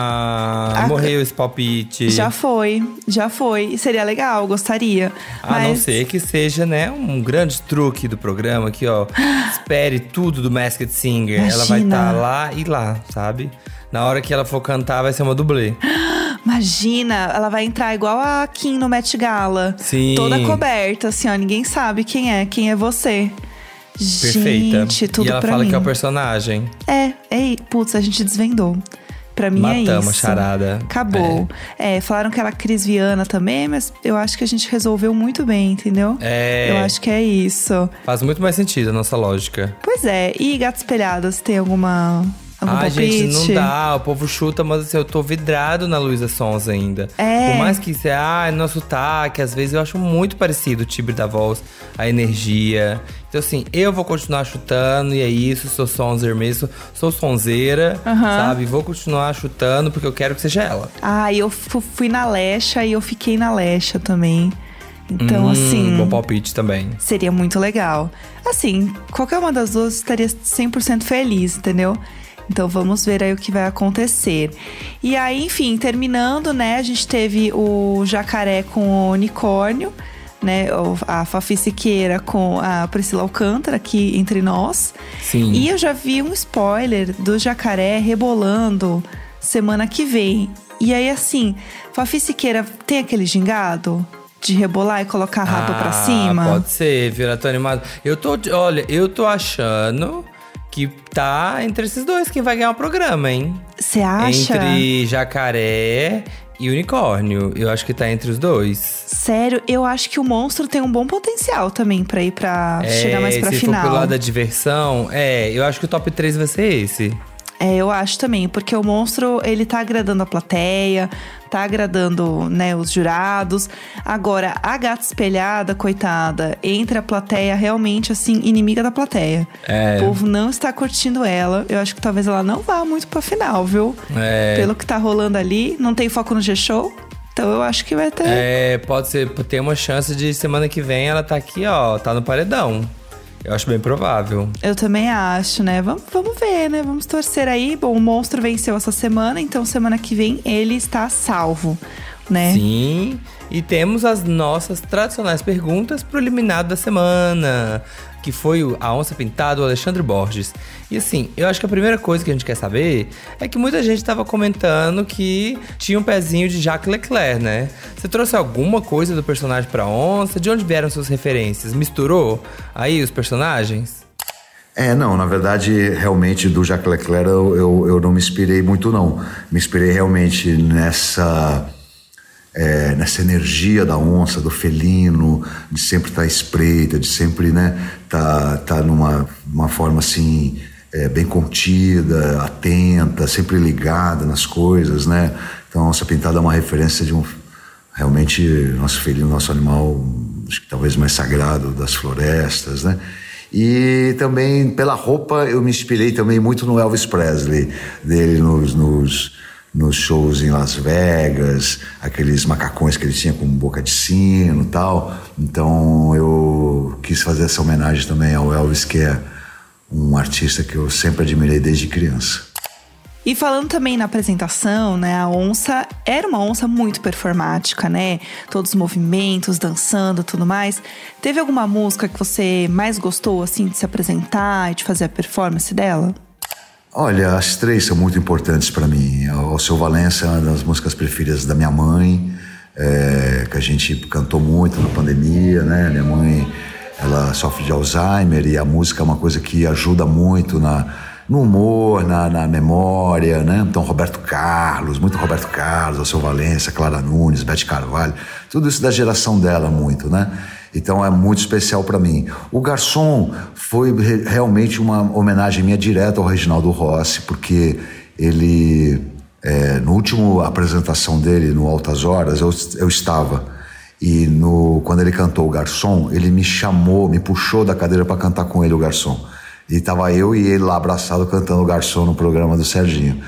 morreu esse palpite. Já foi. Seria legal, gostaria. A não ser que seja, né, um grande truque do programa, que, ó, espere tudo do Masked Singer. Imagina. Ela vai estar lá e lá, sabe? Na hora que ela for cantar, vai ser uma dublê. Imagina, ela vai entrar igual a Kim no Met Gala. Sim. Toda coberta, assim, ó, ninguém sabe quem é você. Perfeita. Gente, tudo e ela pra fala mim. que é o personagem. Putz, a gente desvendou. Pra mim Matamos, é isso. a charada. Acabou. Falaram que era Cris Viana também, mas eu acho que a gente resolveu muito bem, entendeu? Eu acho que é isso. Faz muito mais sentido a nossa lógica. Pois é. E Gatas Espelhadas, tem algum palpite? Gente, não dá. O povo chuta, mas assim, eu tô vidrado na Luísa Sons ainda. Por mais que isso no sotaque, às vezes eu acho muito parecido o timbre da voz, a energia. Então, assim, eu vou continuar chutando, e é isso, sou sonzer mesmo, sou sonzeira, sabe? Vou continuar chutando, porque eu quero que seja ela. Eu fui na Lecha e eu fiquei na Lecha também. Então, assim... Bom palpite também. Seria muito legal. Assim, qualquer uma das duas estaria 100% feliz, entendeu? Então vamos ver aí o que vai acontecer. E aí, enfim, terminando, né? A gente teve o Jacaré com o Unicórnio, né? A Fafi Siqueira com a Priscila Alcântara aqui entre nós. Sim. E eu já vi um spoiler do Jacaré rebolando semana que vem. E aí, assim, Fafi Siqueira tem aquele gingado de rebolar e colocar a raba pra cima? Pode ser, viu? Ela tá animada. Eu tô achando que tá entre esses dois quem vai ganhar o programa, hein? Você acha? Entre Jacaré e Unicórnio. Eu acho que tá entre os dois. Sério, eu acho que o Monstro tem um bom potencial também pra ir pra chegar mais pra se final. Se for pro lado da diversão, eu acho que o top 3 vai ser esse. Eu acho também, porque o Monstro, ele tá agradando a plateia, tá agradando, né, os jurados. Agora, a Gata Espelhada, coitada, entre a plateia realmente, assim, inimiga da plateia. O povo não está curtindo ela. Eu acho que talvez ela não vá muito pra final, viu? Pelo que tá rolando ali, não tem foco no G-Show. Então eu acho que vai ter... Pode ser, tem uma chance de semana que vem ela tá aqui, ó, tá no paredão. Eu acho bem provável. Eu também acho, né? Vamos ver, né? Vamos torcer aí. Bom, o Monstro venceu essa semana, então semana que vem ele está salvo, né? Sim, e temos as nossas tradicionais perguntas pro eliminado da semana, que foi a Onça Pintada, o Alexandre Borges. E assim, eu acho que a primeira coisa que a gente quer saber é que muita gente tava comentando que tinha um pezinho de Jacques Leclerc, né? Você trouxe alguma coisa do personagem pra Onça? De onde vieram suas referências? Misturou aí os personagens? Não, na verdade, realmente do Jacques Leclerc eu não me inspirei muito, não. Me inspirei realmente nessa energia da onça, do felino, de sempre estar espreita, de sempre, né, tá numa forma assim, bem contida, atenta, sempre ligada nas coisas, né? Então a onça pintada é uma referência de realmente nosso felino, nosso animal, acho que talvez mais sagrado das florestas, né? E também pela roupa eu me inspirei também muito no Elvis Presley, dele nos shows em Las Vegas, aqueles macacões que ele tinha com boca de sino e tal. Então eu quis fazer essa homenagem também ao Elvis, que é um artista que eu sempre admirei desde criança. E falando também na apresentação, né, a onça era uma onça muito performática, né? Todos os movimentos, dançando, tudo mais. Teve alguma música que você mais gostou, assim, de se apresentar e de fazer a performance dela? Olha, as três são muito importantes para mim. O Seu Valença é uma das músicas preferidas da minha mãe, que a gente cantou muito na pandemia, né? Minha mãe, ela sofre de Alzheimer e a música é uma coisa que ajuda muito no humor, na memória, né? Então, Roberto Carlos, muito Roberto Carlos, Alceu Valença, Clara Nunes, Beth Carvalho, tudo isso da geração dela muito, né? Então é muito especial para mim. O Garçom foi realmente uma homenagem minha direta ao Reginaldo Rossi, porque ele, no último apresentação dele, no Altas Horas, eu estava. E quando ele cantou o Garçom, ele me chamou, me puxou da cadeira para cantar com ele o Garçom. E estava eu e ele lá abraçado cantando o Garçom no programa do Serginho.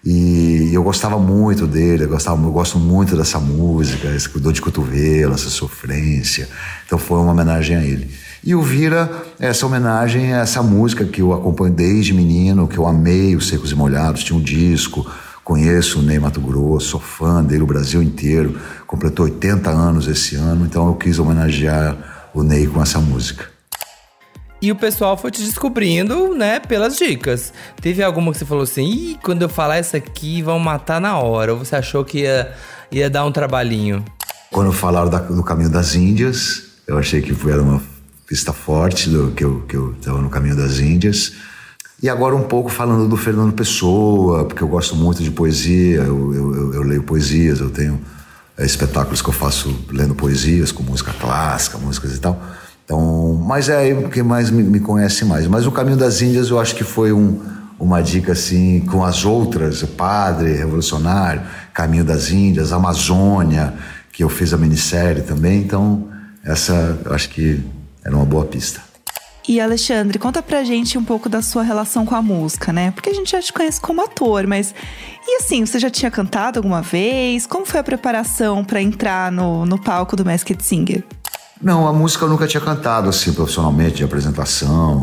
E eu gostava muito dele, eu gosto muito dessa música, esse dor de cotovelo, essa sofrência. Então foi uma homenagem a ele. E o Vira, essa homenagem a essa música que eu acompanho desde menino, que eu amei, os Secos e Molhados, tinha um disco, conheço o Ney Matogrosso, sou fã dele, o Brasil inteiro, completou 80 anos esse ano, então eu quis homenagear o Ney com essa música. E o pessoal foi te descobrindo, né, pelas dicas. Teve alguma que você falou assim, quando eu falar essa aqui, vão matar na hora? Ou você achou que ia dar um trabalhinho? Quando falaram do Caminho das Índias, eu achei que era uma pista forte, que eu estava no Caminho das Índias. E agora um pouco falando do Fernando Pessoa, porque eu gosto muito de poesia, eu leio poesias, eu tenho espetáculos que eu faço lendo poesias, com música clássica, músicas e tal. Então, mas é aí quem mais me conhece mais. Mas o Caminho das Índias eu acho que foi uma dica assim, com as outras, Padre, Revolucionário, Caminho das Índias, Amazônia, que eu fiz a minissérie também. Então, essa eu acho que era uma boa pista. E Alexandre, conta pra gente um pouco da sua relação com a música, né? Porque a gente já te conhece como ator, mas... E assim, você já tinha cantado alguma vez? Como foi a preparação pra entrar no palco do Masked Singer? Não, a música eu nunca tinha cantado assim profissionalmente, de apresentação,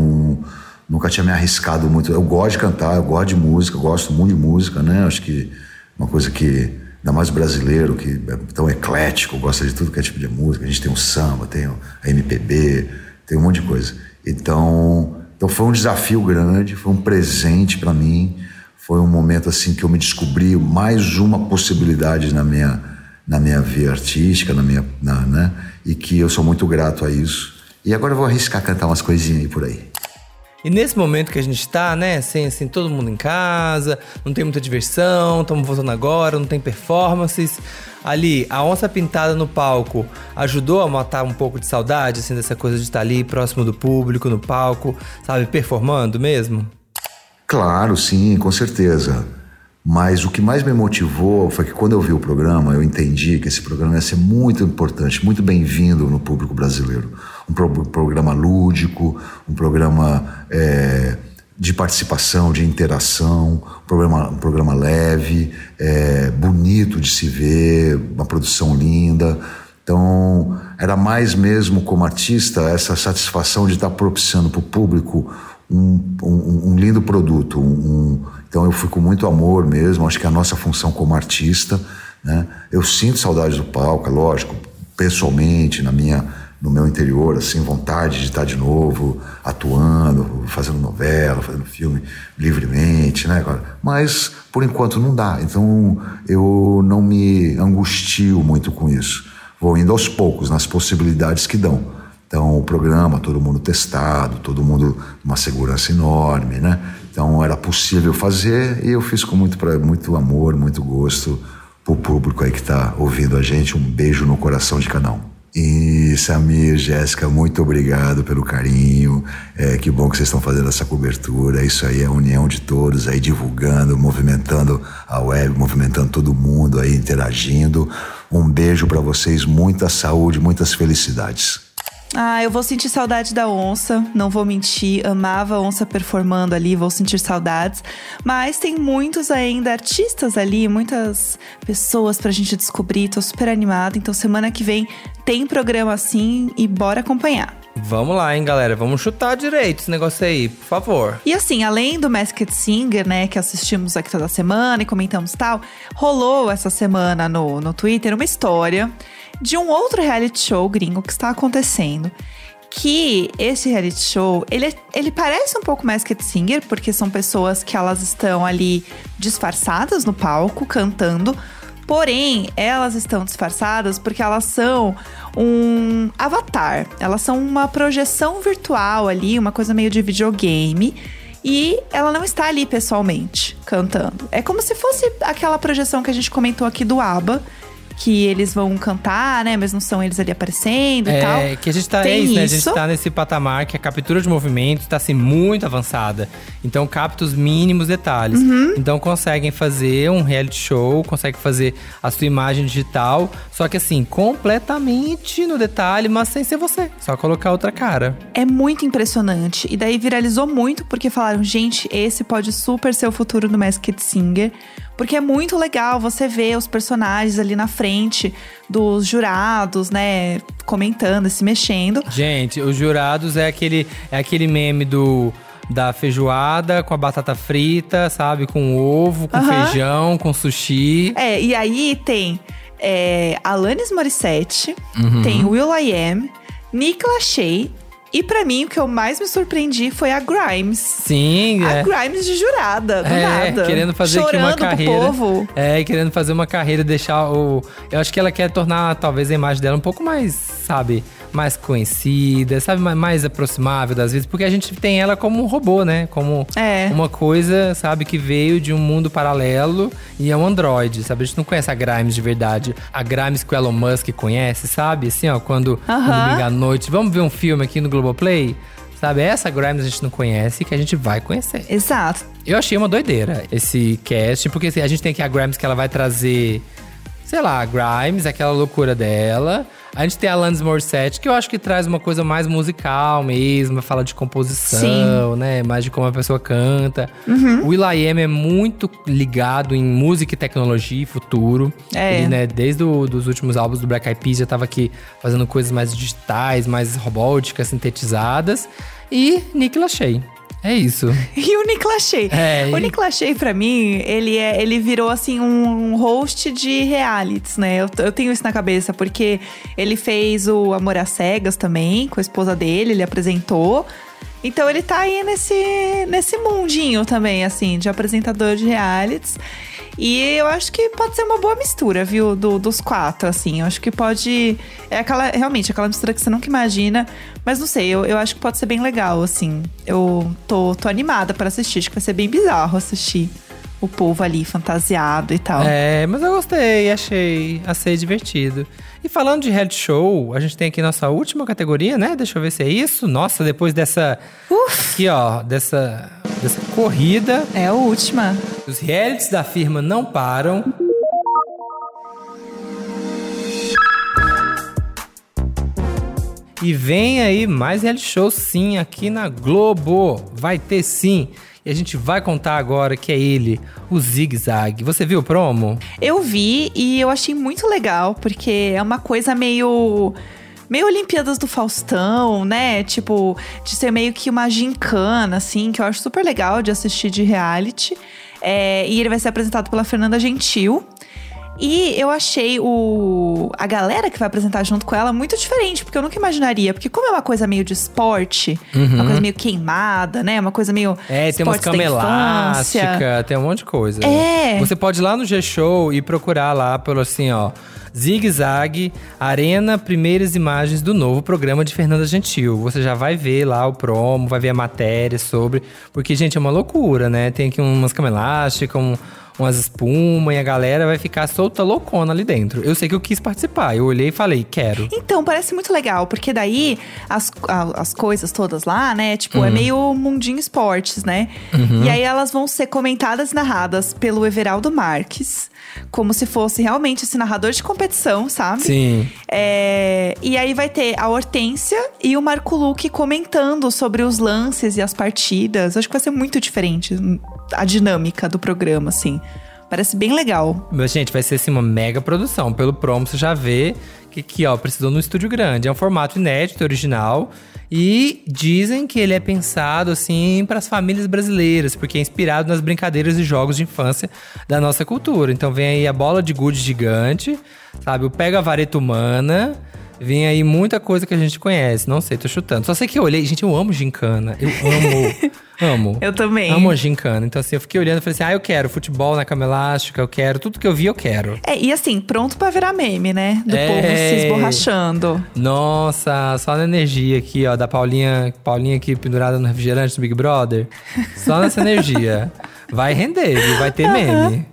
nunca tinha me arriscado muito. Eu gosto de cantar, eu gosto de música, eu gosto muito de música, né? Acho que uma coisa que, ainda mais brasileiro, que é tão eclético, gosta de tudo que é tipo de música. A gente tem o samba, tem a MPB, tem um monte de coisa. Então foi um desafio grande, foi um presente para mim, foi um momento assim que eu me descobri mais uma possibilidade na minha via artística, né? E que eu sou muito grato a isso. E agora eu vou arriscar cantar umas coisinhas aí por aí. E nesse momento que a gente tá, né, assim, todo mundo em casa, não tem muita diversão, estamos voltando agora, não tem performances. Ali, a onça pintada no palco ajudou a matar um pouco de saudade, assim, dessa coisa de estar ali próximo do público, no palco, sabe, performando mesmo? Claro, sim, com certeza. Mas o que mais me motivou foi que quando eu vi o programa, eu entendi que esse programa ia ser muito importante, muito bem-vindo no público brasileiro. Um programa lúdico, um programa de participação, de interação, um programa leve, bonito de se ver, uma produção linda. Então, era mais mesmo como artista essa satisfação de estar propiciando para o público um lindo produto, então eu fui com muito amor mesmo, acho que é a nossa função como artista, né? Eu sinto saudade do palco, é lógico, pessoalmente, no meu interior, assim, vontade de estar de novo, atuando, fazendo novela, fazendo filme livremente, né? Mas, por enquanto, não dá, então eu não me angustio muito com isso, vou indo aos poucos, nas possibilidades que dão. Então, o programa, todo mundo testado, todo mundo uma segurança enorme, né? Então, era possível fazer e eu fiz com muito amor, muito gosto pro público aí que tá ouvindo a gente. Um beijo no coração de cada um. E Samir, Jéssica, muito obrigado pelo carinho. Que bom que vocês estão fazendo essa cobertura. Isso aí é a união de todos aí, divulgando, movimentando a web, movimentando todo mundo aí, interagindo. Um beijo pra vocês, muita saúde, muitas felicidades. Eu vou sentir saudade da Onça, não vou mentir, amava a Onça performando ali, vou sentir saudades. Mas tem muitos ainda artistas ali, muitas pessoas pra gente descobrir, tô super animada. Então semana que vem tem programa assim e bora acompanhar. Vamos lá, hein, galera, vamos chutar direito esse negócio aí, por favor. E assim, além do Masked Singer, né, que assistimos aqui toda semana e comentamos e tal, rolou essa semana no Twitter uma história de um outro reality show gringo que está acontecendo. Que esse reality show, ele parece um pouco Masked Singer, porque são pessoas que elas estão ali disfarçadas no palco, cantando. Porém, elas estão disfarçadas porque elas são um avatar. Elas são uma projeção virtual ali, uma coisa meio de videogame. E ela não está ali pessoalmente, cantando. É como se fosse aquela projeção que a gente comentou aqui do ABBA, que eles vão cantar, né? Mas não são eles ali aparecendo e tal. É, que a gente tá, é isso, né? A gente tá nesse patamar que a captura de movimento tá assim muito avançada. Então capta os mínimos detalhes. Então conseguem fazer um reality show, conseguem fazer a sua imagem digital, só que assim, completamente no detalhe, mas sem ser você. Só colocar outra cara. É muito impressionante. E daí viralizou muito porque falaram, gente, esse pode super ser o futuro do Masked Singer. Porque é muito legal você ver os personagens ali na frente dos jurados, né? Comentando e se mexendo. Gente, os jurados é aquele meme da feijoada com a batata frita, sabe? Com ovo, com feijão, com sushi. E aí tem Alanis Morissette, tem will.i.am, Nick Lachey. E pra mim, o que eu mais me surpreendi foi a Grimes. Sim, A Grimes de jurada, do nada. Querendo fazer aqui uma carreira. Pro povo. Querendo fazer uma carreira, deixar o... Eu acho que ela quer tornar, talvez, a imagem dela um pouco mais, sabe... mais conhecida, sabe? Mais aproximável das vezes. Porque a gente tem ela como um robô, né? Como uma coisa, sabe? Que veio de um mundo paralelo e é um androide, sabe? A gente não conhece a Grimes de verdade. A Grimes que o Elon Musk conhece, sabe? Assim, ó, quando domingo à noite, vamos ver um filme aqui no Globoplay? Sabe? Essa Grimes a gente não conhece, que a gente vai conhecer. Exato. Eu achei uma doideira esse cast, porque assim, a gente tem aqui a Grimes que ela vai trazer, sei lá, a Grimes, aquela loucura dela. A gente tem a Alanis Morissette, que eu acho que traz uma coisa mais musical mesmo, fala de composição, né? Mais de como a pessoa canta. O will.i.am é muito ligado em música e tecnologia e futuro. Ele, né, desde os últimos álbuns do Black Eyed Peas, já tava aqui fazendo coisas mais digitais, mais robóticas, sintetizadas. E Nick Lachey. É isso. E o Nick Lachey. O Nick Lachey, pra mim, ele virou, assim, um host de realities, né? Eu tenho isso na cabeça, porque ele fez o Amor às Cegas também, com a esposa dele, ele apresentou. Então ele tá aí nesse mundinho também, assim, de apresentador de realities. E eu acho que pode ser uma boa mistura, viu? Dos quatro, assim. Eu acho que pode... realmente, aquela mistura que você nunca imagina. Mas não sei, eu acho que pode ser bem legal, assim. Eu tô animada pra assistir. Acho que vai ser bem bizarro assistir o povo ali fantasiado e tal. Mas eu gostei, achei divertido. E falando de reality show, a gente tem aqui nossa última categoria, né? Deixa eu ver se é isso. Nossa, depois dessa... Aqui, ó, dessa corrida. É a última. Os realities da firma não param. E vem aí mais reality show sim, aqui na Globo. Vai ter sim. E a gente vai contar agora que é ele, o Zig Zag. Você viu o promo? Eu vi e eu achei muito legal, porque é uma coisa meio Olimpíadas do Faustão, né? Tipo, de ser meio que uma gincana, assim, que eu acho super legal de assistir de reality. E ele vai ser apresentado pela Fernanda Gentil. E eu achei a galera que vai apresentar junto com ela muito diferente, porque eu nunca imaginaria. Porque como é uma coisa meio de esporte, uma coisa meio queimada, né? Uma coisa meio tem umas cama elástica, tem um monte de coisa. Você pode ir lá no G-Show e procurar lá pelo assim, ó… Zig Zag, Arena, primeiras imagens do novo programa de Fernanda Gentil. Você já vai ver lá o promo, vai ver a matéria sobre… Porque, gente, é uma loucura, né? Tem aqui umas cama elástica, umas espumas, e a galera vai ficar solta loucona ali dentro. Eu sei que eu quis participar, eu olhei e falei, quero. Então, parece muito legal, porque daí as coisas todas lá, né, tipo, é meio mundinho esportes, né? E aí elas vão ser comentadas e narradas pelo Everaldo Marques, como se fosse realmente esse narrador de competição, sabe? Sim. E aí vai ter a Hortência e o Marco Luque comentando sobre os lances e as partidas. Acho que vai ser muito diferente a dinâmica do programa, assim. Parece bem legal. Mas, gente, vai ser assim uma mega produção. Pelo promo, você já vê que ó, precisou num estúdio grande. É um formato inédito, original. E dizem que ele é pensado, assim, para as famílias brasileiras. Porque é inspirado nas brincadeiras e jogos de infância da nossa cultura. Então vem aí a bola de gude gigante, sabe? O pega-vareta humana… Vem aí muita coisa que a gente conhece. Não sei, tô chutando. Só sei que eu olhei… Gente, eu amo gincana. Eu amo. Eu também. Amo a gincana. Então, assim, eu fiquei olhando e falei assim… eu quero futebol na cama elástica, eu quero… Tudo que eu vi, eu quero. E assim, pronto pra virar meme, né? Do povo se esborrachando. Nossa, só na energia aqui, ó. Da Paulinha aqui pendurada no refrigerante do Big Brother. Só nessa energia. Vai render, viu? Vai ter meme.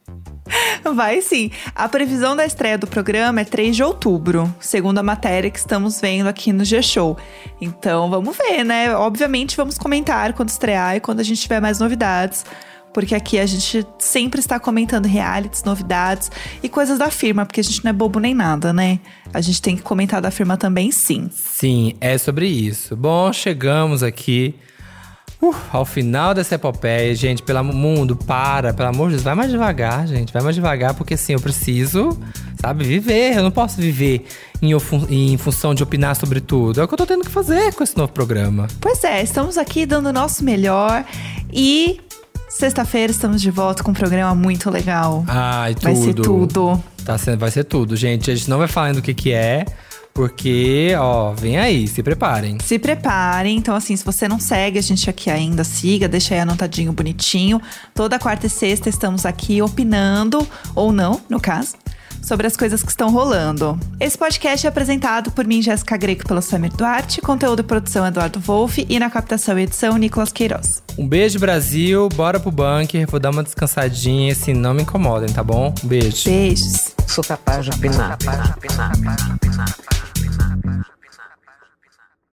Vai sim. A previsão da estreia do programa é 3 de outubro, segundo a matéria que estamos vendo aqui no G-Show. Então, vamos ver, né? Obviamente, vamos comentar quando estrear e quando a gente tiver mais novidades. Porque aqui a gente sempre está comentando realities, novidades e coisas da firma. Porque a gente não é bobo nem nada, né? A gente tem que comentar da firma também, sim. Sim, é sobre isso. Bom, chegamos aqui… ao final dessa epopeia, gente, pelo mundo, pelo amor de Deus, vai mais devagar, gente, vai mais devagar, porque assim, eu preciso, sabe, viver, eu não posso viver em função de opinar sobre tudo, é o que eu tô tendo que fazer com esse novo programa. Pois é, estamos aqui dando o nosso melhor e sexta-feira estamos de volta com um programa muito legal. Ai, tudo. Vai ser tudo. Vai ser tudo, gente, a gente não vai falando o que é, porque, ó, vem aí, se preparem. Se preparem, então assim, se você não segue a gente aqui ainda, siga, deixa aí anotadinho, bonitinho. Toda quarta e sexta estamos aqui opinando, ou não, no caso, sobre as coisas que estão rolando. Esse podcast é apresentado por mim, Jéssica Greco, pelo Samir Duarte, conteúdo e produção Eduardo Wolff e na captação e edição, Nicolas Queiroz. Um beijo, Brasil, bora pro bunker, vou dar uma descansadinha, assim, não me incomodem, tá bom? Um beijo. Beijos. Sou capaz de opinar.